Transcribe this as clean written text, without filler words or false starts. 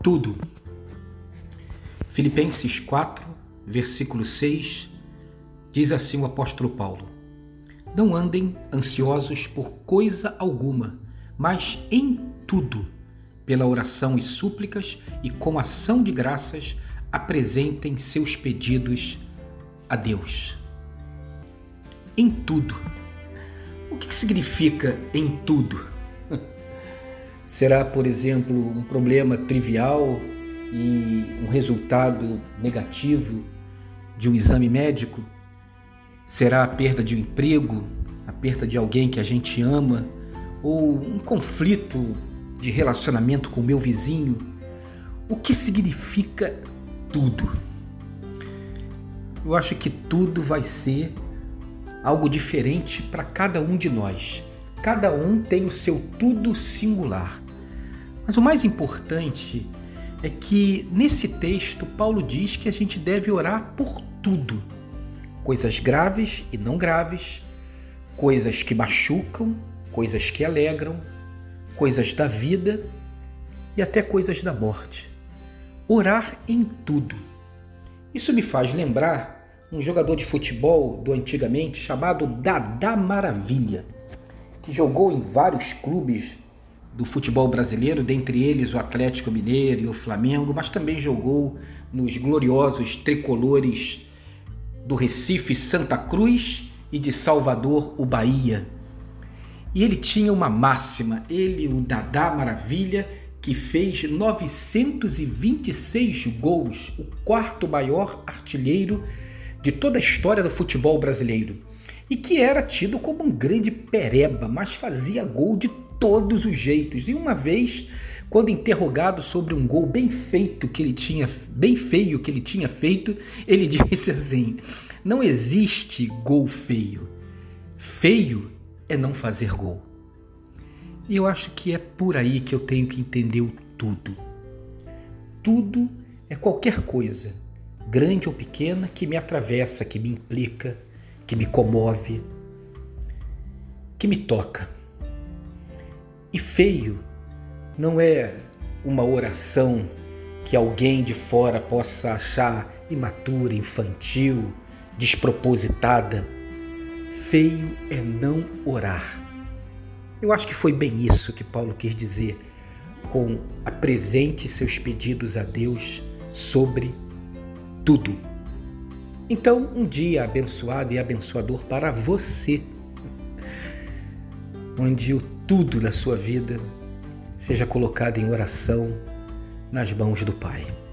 tudo. Filipenses 4, versículo 6, diz assim o apóstolo Paulo: não andem ansiosos por coisa alguma, mas em tudo, pela oração e súplicas e com ação de graças, apresentem seus pedidos a Deus. Em tudo. O que significa em tudo? Será, por exemplo, um problema trivial e um resultado negativo de um exame médico? Será a perda de um emprego, a perda de alguém que a gente ama, ou um conflito de relacionamento com o meu vizinho? O que significa tudo? Eu acho que tudo vai ser algo diferente para cada um de nós. Cada um tem o seu tudo singular. Mas o mais importante é que nesse texto Paulo diz que a gente deve orar por tudo. Coisas graves e não graves, coisas que machucam, coisas que alegram, coisas da vida e até coisas da morte. Orar em tudo. Isso me faz lembrar um jogador de futebol do antigamente chamado Dadá Maravilha, que jogou em vários clubes do futebol brasileiro, dentre eles o Atlético Mineiro e o Flamengo, mas também jogou nos gloriosos tricolores do Recife, Santa Cruz, e de Salvador, o Bahia. E ele tinha uma máxima, o Dadá Maravilha, que fez 926 gols, o quarto maior artilheiro de toda a história do futebol brasileiro, e que era tido como um grande pereba, mas fazia gol de todos os jeitos. E uma vez, quando interrogado sobre um gol bem feio que ele tinha feito, ele disse assim: não existe gol feio. Feio é não fazer gol. E eu acho que é por aí que eu tenho que entender o tudo. Tudo é qualquer coisa, grande ou pequena, que me atravessa, que me implica, que me comove, que me toca. E feio não é uma oração que alguém de fora possa achar imatura, infantil, despropositada. Feio é não orar. Eu acho que foi bem isso que Paulo quis dizer com apresente seus pedidos a Deus sobre tudo. Então, um dia abençoado e abençoador para você, onde o tudo da sua vida seja colocado em oração nas mãos do Pai.